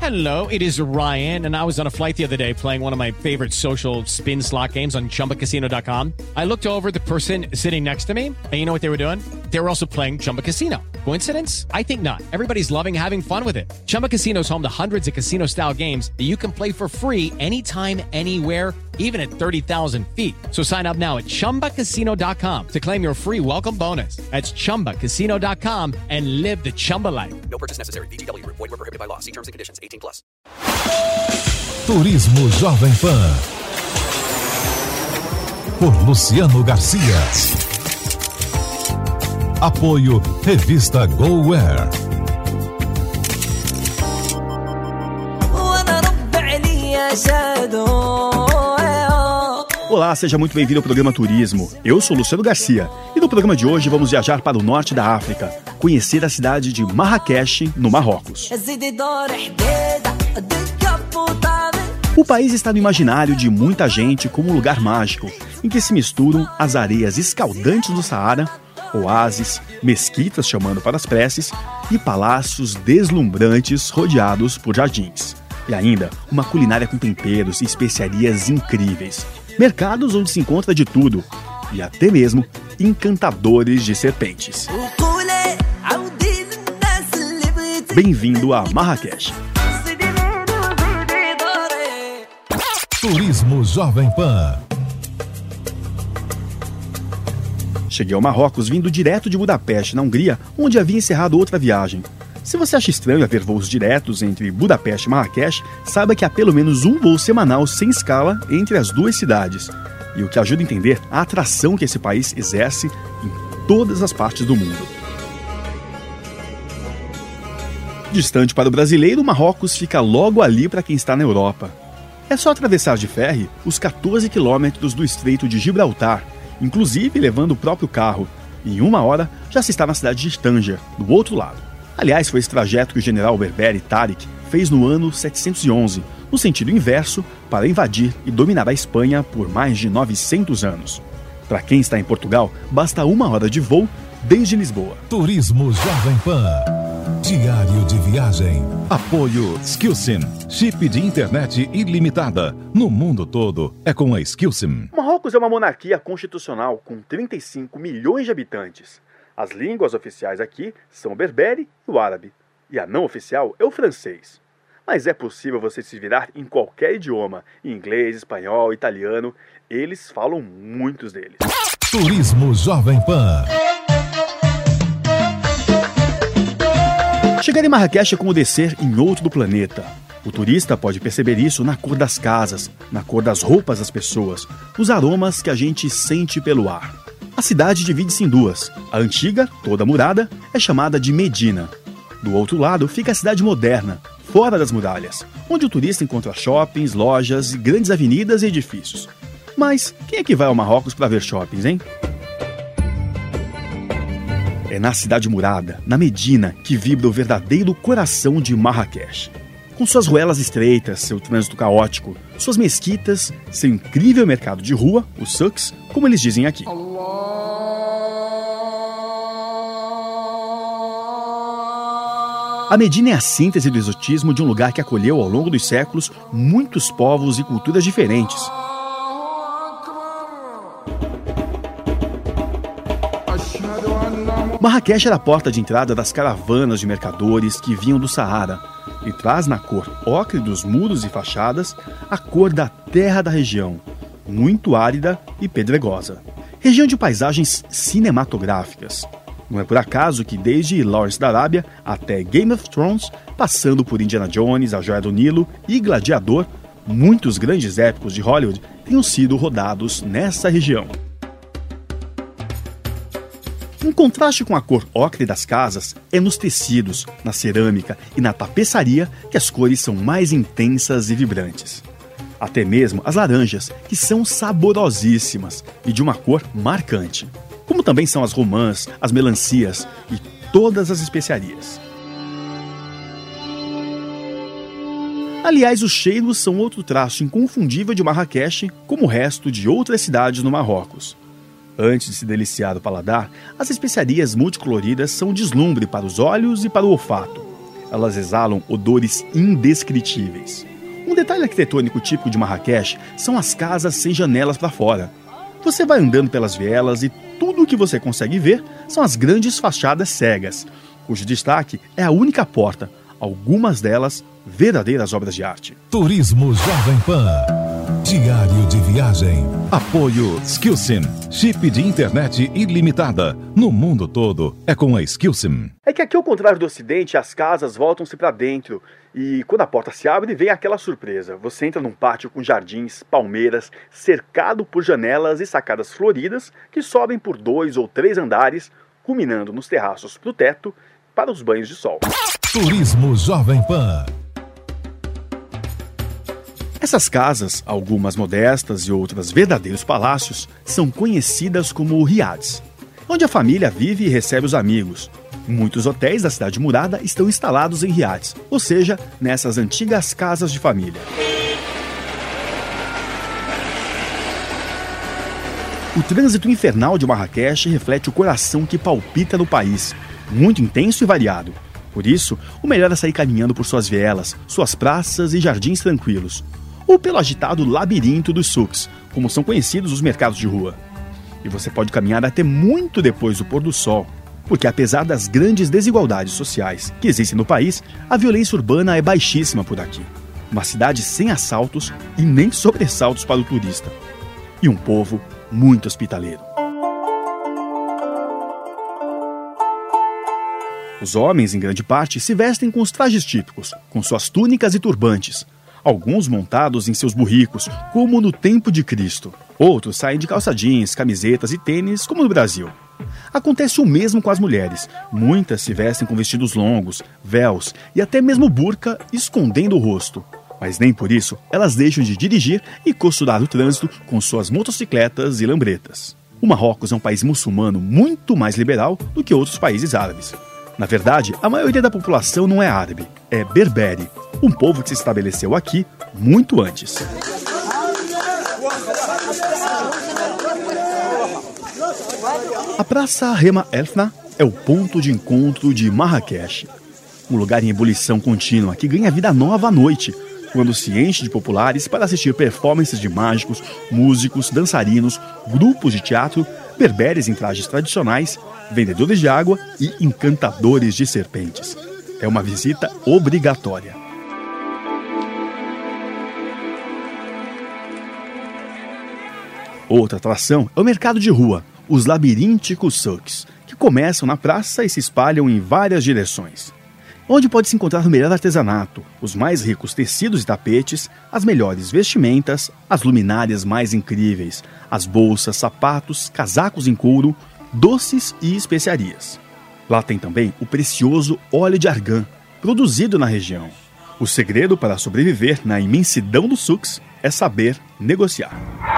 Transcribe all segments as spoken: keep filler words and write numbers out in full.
Hello, it is Ryan, and I was on a flight the other day playing one of my favorite social spin slot games on Chumba Casino dot com. I looked over at the person sitting next to me, and you know what they were doing? They were also playing Chumba Casino. Coincidence? I think not. Everybody's loving having fun with it. Chumba Casino is home to hundreds of casino-style games that you can play for free anytime, anywhere, even at thirty thousand feet. So sign up now at Chumba Casino dot com to claim your free welcome bonus. That's Chumba Casino dot com and live the Chumba life. No purchase necessary. V G W. Void where prohibited by law. See terms and conditions. eighteen plus. Turismo Jovem Pan. Por Luciano Garcia. Apoio Revista GoWare. Olá, seja muito bem-vindo ao programa Turismo. Eu sou Luciano Garcia e no programa de hoje vamos viajar para o norte da África, conhecer a cidade de Marrakech, no Marrocos. O país está no imaginário de muita gente como um lugar mágico, em que se misturam as areias escaldantes do Saara, oásis, mesquitas chamando para as preces e palácios deslumbrantes rodeados por jardins. E ainda uma culinária com temperos e especiarias incríveis. Mercados onde se encontra de tudo e até mesmo encantadores de serpentes. Bem-vindo a Marrakech. Turismo Jovem Pan. Cheguei ao Marrocos vindo direto de Budapeste, na Hungria, onde havia encerrado outra viagem. Se você acha estranho haver voos diretos entre Budapeste e Marrakech, saiba que há pelo menos um voo semanal sem escala entre as duas cidades, e o que ajuda a entender a atração que esse país exerce em todas as partes do mundo. Distante para o brasileiro, Marrocos fica logo ali para quem está na Europa. É só atravessar de ferry os catorze quilômetros do Estreito de Gibraltar, inclusive levando o próprio carro, e em uma hora já se está na cidade de Tanger, do outro lado. Aliás, foi esse trajeto que o general Berberi Tariq fez no ano setecentos e onze, no sentido inverso, para invadir e dominar a Espanha por mais de novecentos anos. Para quem está em Portugal, basta uma hora de voo desde Lisboa. Turismo Jovem Pan. Diário de viagem. Apoio Skillsim. Chip de internet ilimitada. No mundo todo é com a Skillsim. Marrocos é uma monarquia constitucional com trinta e cinco milhões de habitantes. As línguas oficiais aqui são o berbere e o árabe, e a não oficial é o francês. Mas é possível você se virar em qualquer idioma, inglês, espanhol, italiano, eles falam muitos deles. Turismo Jovem Pan. Chegar em Marrakech é como descer em outro planeta. O turista pode perceber isso na cor das casas, na cor das roupas das pessoas, nos aromas que a gente sente pelo ar. A cidade divide-se em duas. A antiga, toda murada, é chamada de Medina. Do outro lado fica a cidade moderna, fora das muralhas, onde o turista encontra shoppings, lojas, grandes avenidas e edifícios. Mas quem é que vai ao Marrocos para ver shoppings, hein? É na cidade murada, na Medina, que vibra o verdadeiro coração de Marrakech. Com suas ruelas estreitas, seu trânsito caótico, suas mesquitas, seu incrível mercado de rua, os souks, como eles dizem aqui. A Medina é a síntese do exotismo de um lugar que acolheu ao longo dos séculos muitos povos e culturas diferentes. Marrakech era a porta de entrada das caravanas de mercadores que vinham do Saara e traz na cor ocre dos muros e fachadas a cor da terra da região, muito árida e pedregosa. Região de paisagens cinematográficas. Não é por acaso que desde Lawrence da Arábia até Game of Thrones, passando por Indiana Jones, A Joia do Nilo e Gladiador, muitos grandes épicos de Hollywood tenham sido rodados nessa região. Um contraste com a cor ocre das casas é nos tecidos, na cerâmica e na tapeçaria que as cores são mais intensas e vibrantes. Até mesmo as laranjas, que são saborosíssimas e de uma cor marcante. Como também são as romãs, as melancias e todas as especiarias. Aliás, os cheiros são outro traço inconfundível de Marrakech, como o resto de outras cidades no Marrocos. Antes de se deliciar o paladar, as especiarias multicoloridas são deslumbre para os olhos e para o olfato. Elas exalam odores indescritíveis. Um detalhe arquitetônico típico de Marrakech são as casas sem janelas para fora. Você vai andando pelas vielas e tudo o que você consegue ver são as grandes fachadas cegas, cujo destaque é a única porta, algumas delas verdadeiras obras de arte. Turismo Jovem Pan. Diário de viagem. Apoio Skillsim. Chip de internet ilimitada. No mundo todo é com a Skillsim. É que aqui, ao contrário do Ocidente, as casas voltam-se para dentro. E quando a porta se abre, vem aquela surpresa. Você entra num pátio com jardins, palmeiras, cercado por janelas e sacadas floridas que sobem por dois ou três andares, culminando nos terraços para o teto para os banhos de sol. Turismo Jovem Pan. Essas casas, algumas modestas e outras verdadeiros palácios, são conhecidas como riads, onde a família vive e recebe os amigos. Muitos hotéis da cidade murada estão instalados em riads, ou seja, nessas antigas casas de família. O trânsito infernal de Marrakech reflete o coração que palpita no país, muito intenso e variado. Por isso, o melhor é sair caminhando por suas vielas, suas praças e jardins tranquilos, ou pelo agitado labirinto dos souks, como são conhecidos os mercados de rua. E você pode caminhar até muito depois do pôr do sol, porque apesar das grandes desigualdades sociais que existem no país, a violência urbana é baixíssima por aqui. Uma cidade sem assaltos e nem sobressaltos para o turista. E um povo muito hospitaleiro. Os homens, em grande parte, se vestem com os trajes típicos, com suas túnicas e turbantes, alguns montados em seus burricos, como no tempo de Cristo. Outros saem de calça jeans, camisetas e tênis, como no Brasil. Acontece o mesmo com as mulheres. Muitas se vestem com vestidos longos, véus e até mesmo burca, escondendo o rosto. Mas nem por isso elas deixam de dirigir e costurar o trânsito com suas motocicletas e lambretas. O Marrocos é um país muçulmano muito mais liberal do que outros países árabes. Na verdade, a maioria da população não é árabe, é berbere, um povo que se estabeleceu aqui muito antes. A Praça Rema Elfna é o ponto de encontro de Marrakech, um lugar em ebulição contínua que ganha vida nova à noite, quando se enche de populares para assistir performances de mágicos, músicos, dançarinos, grupos de teatro, berberes em trajes tradicionais, vendedores de água e encantadores de serpentes. É uma visita obrigatória. Outra atração é o mercado de rua, os labirínticos souks, que começam na praça e se espalham em várias direções. Onde pode-se encontrar o melhor artesanato, os mais ricos tecidos e tapetes, as melhores vestimentas, as luminárias mais incríveis, as bolsas, sapatos, casacos em couro, doces e especiarias. Lá tem também o precioso óleo de argan, produzido na região. O segredo para sobreviver na imensidão dos souks é saber negociar.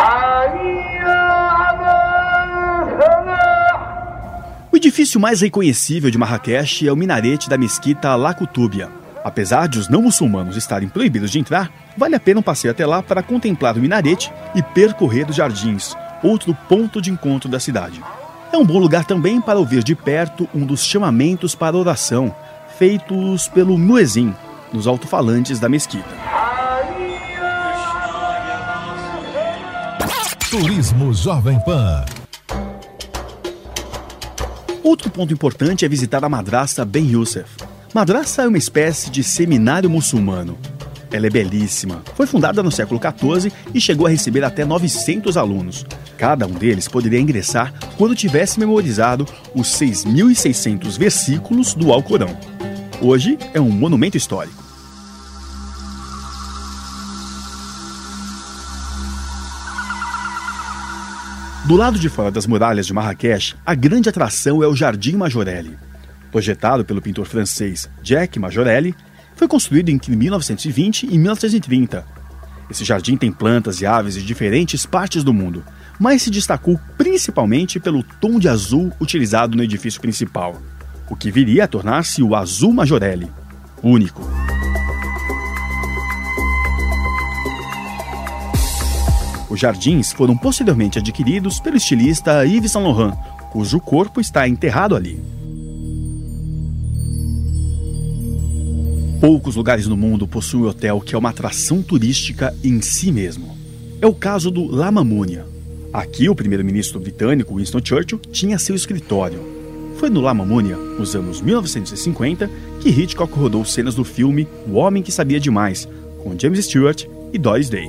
O edifício mais reconhecível de Marrakech é o minarete da mesquita Al Koutoubia. Apesar de os não muçulmanos estarem proibidos de entrar, vale a pena um passeio até lá para contemplar o minarete e percorrer os jardins, outro ponto de encontro da cidade. É um bom lugar também para ouvir de perto um dos chamamentos para oração, feitos pelo muezin, nos alto-falantes da mesquita. Turismo Jovem Pan. Outro ponto importante é visitar a Madrasa Ben Youssef. Madrasa é uma espécie de seminário muçulmano. Ela é belíssima. Foi fundada no século quatorze e chegou a receber até novecentos alunos. Cada um deles poderia ingressar quando tivesse memorizado os seis mil e seiscentos versículos do Alcorão. Hoje é um monumento histórico. Do lado de fora das muralhas de Marrakech, a grande atração é o Jardim Majorelle. Projetado pelo pintor francês Jacques Majorelle, foi construído entre mil novecentos e vinte e mil novecentos e trinta. Esse jardim tem plantas e aves de diferentes partes do mundo, mas se destacou principalmente pelo tom de azul utilizado no edifício principal, o que viria a tornar-se o Azul Majorelle, único. Os jardins foram posteriormente adquiridos pelo estilista Yves Saint Laurent, cujo corpo está enterrado ali. Poucos lugares no mundo possuem um hotel que é uma atração turística em si mesmo. É o caso do La Mamounia. Aqui, o primeiro-ministro britânico Winston Churchill tinha seu escritório. Foi no La Mamounia, nos anos mil novecentos e cinquenta, que Hitchcock rodou cenas do filme O Homem que Sabia Demais, com James Stewart e Doris Day.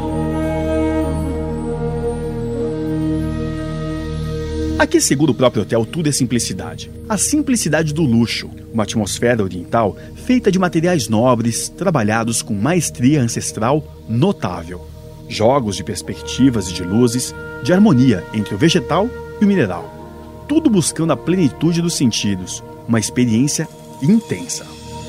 Aqui, segundo o próprio hotel, tudo é simplicidade. A simplicidade do luxo, uma atmosfera oriental feita de materiais nobres, trabalhados com maestria ancestral notável. Jogos de perspectivas e de luzes, de harmonia entre o vegetal e o mineral. Tudo buscando a plenitude dos sentidos, uma experiência intensa.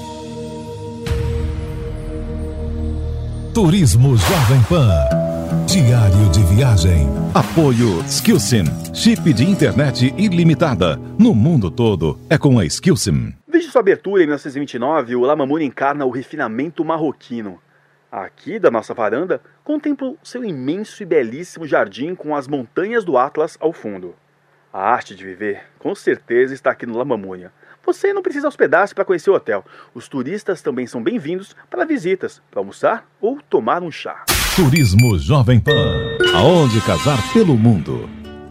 Turismo Jovem Pan. Diário de viagem. Apoio Skillsim. Chip de internet ilimitada. No mundo todo é com a Skillsim. Desde sua abertura em mil novecentos e vinte e nove, o La Mamounia encarna o refinamento marroquino. Aqui, da nossa varanda, contemplo seu imenso e belíssimo jardim com as montanhas do Atlas ao fundo. A arte de viver, com certeza, está aqui no La Mamounia. Você não precisa hospedar-se para conhecer o hotel. Os turistas também são bem-vindos para visitas, para almoçar ou tomar um chá. Turismo Jovem Pan. Aonde casar pelo mundo.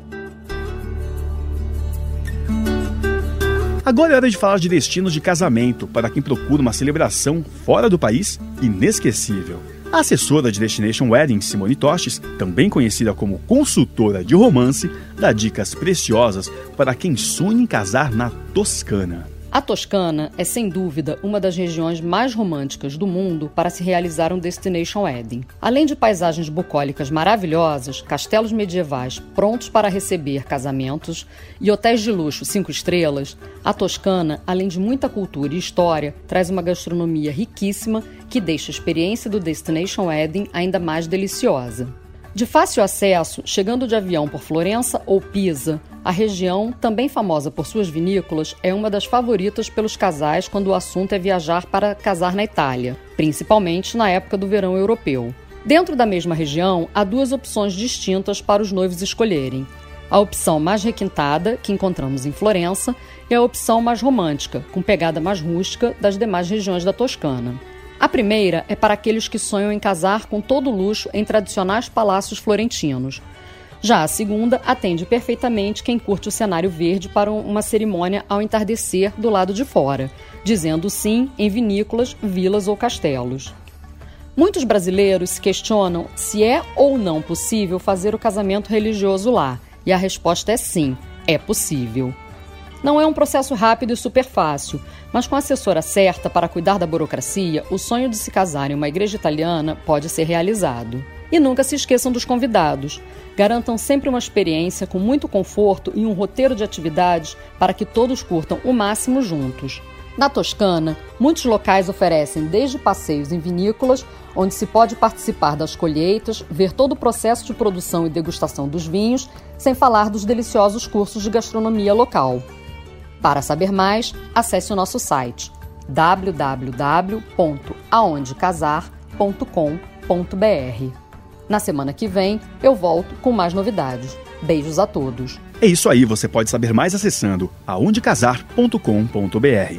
Agora é hora de falar de destinos de casamento para quem procura uma celebração fora do país inesquecível. A assessora de Destination Wedding, Simone Tostes, também conhecida como consultora de romance, dá dicas preciosas para quem sonha em casar na Toscana. A Toscana é, sem dúvida, uma das regiões mais românticas do mundo para se realizar um Destination Wedding. Além de paisagens bucólicas maravilhosas, castelos medievais prontos para receber casamentos e hotéis de luxo cinco estrelas, a Toscana, além de muita cultura e história, traz uma gastronomia riquíssima que deixa a experiência do Destination Wedding ainda mais deliciosa. De fácil acesso, chegando de avião por Florença ou Pisa, a região, também famosa por suas vinícolas, é uma das favoritas pelos casais quando o assunto é viajar para casar na Itália, principalmente na época do verão europeu. Dentro da mesma região, há duas opções distintas para os noivos escolherem. A opção mais requintada, que encontramos em Florença, e a opção mais romântica, com pegada mais rústica das demais regiões da Toscana. A primeira é para aqueles que sonham em casar com todo luxo em tradicionais palácios florentinos. Já a segunda atende perfeitamente quem curte o cenário verde para uma cerimônia ao entardecer do lado de fora, dizendo sim em vinícolas, vilas ou castelos. Muitos brasileiros se questionam se é ou não possível fazer o casamento religioso lá, e a resposta é sim, é possível. Não é um processo rápido e super fácil, mas com a assessora certa para cuidar da burocracia, o sonho de se casar em uma igreja italiana pode ser realizado. E nunca se esqueçam dos convidados. Garantam sempre uma experiência com muito conforto e um roteiro de atividades para que todos curtam o máximo juntos. Na Toscana, muitos locais oferecem desde passeios em vinícolas, onde se pode participar das colheitas, ver todo o processo de produção e degustação dos vinhos, sem falar dos deliciosos cursos de gastronomia local. Para saber mais, acesse o nosso site w w w ponto aonde casar ponto com ponto b r. Na semana que vem, eu volto com mais novidades. Beijos a todos. É isso aí, você pode saber mais acessando aonde casar ponto com ponto b r.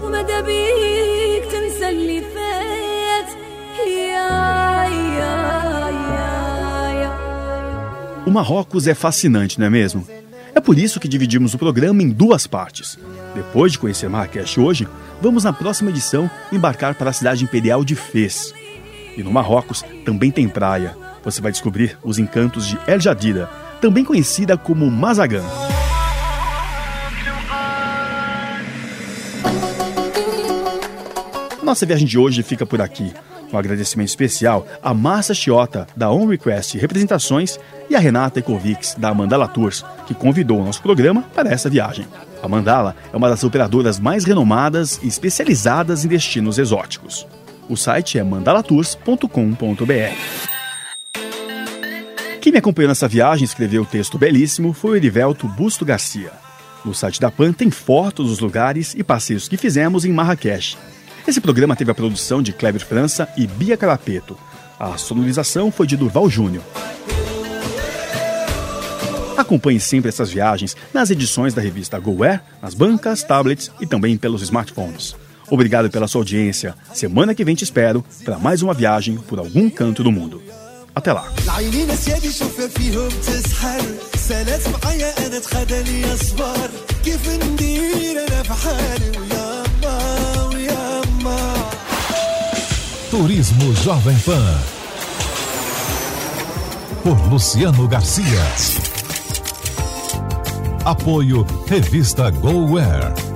O Marrocos é fascinante, não é mesmo? É por isso que dividimos o programa em duas partes. Depois de conhecer Marrakech hoje, vamos na próxima edição embarcar para a cidade imperial de Fez. E no Marrocos também tem praia. Você vai descobrir os encantos de El Jadida, também conhecida como Mazagan. Nossa viagem de hoje fica por aqui. Um agradecimento especial a Márcia Chiota, da On Request Representações, e a Renata Ecovics, da Mandala Tours, que convidou o nosso programa para essa viagem. A Mandala é uma das operadoras mais renomadas e especializadas em destinos exóticos. O site é mandala tours ponto com ponto b r. Quem me acompanhou nessa viagem e escreveu o texto belíssimo foi o Erivelto Busto Garcia. No site da Pan tem fotos dos lugares e passeios que fizemos em Marrakech. Esse programa teve a produção de Kleber França e Bia Carapeto. A sonorização foi de Durval Júnior. Acompanhe sempre essas viagens nas edições da revista GoAir, nas bancas, tablets e também pelos smartphones. Obrigado pela sua audiência. Semana que vem te espero para mais uma viagem por algum canto do mundo. Até lá. Turismo Jovem Pan. Por Luciano Garcia. Apoio Revista GoWare.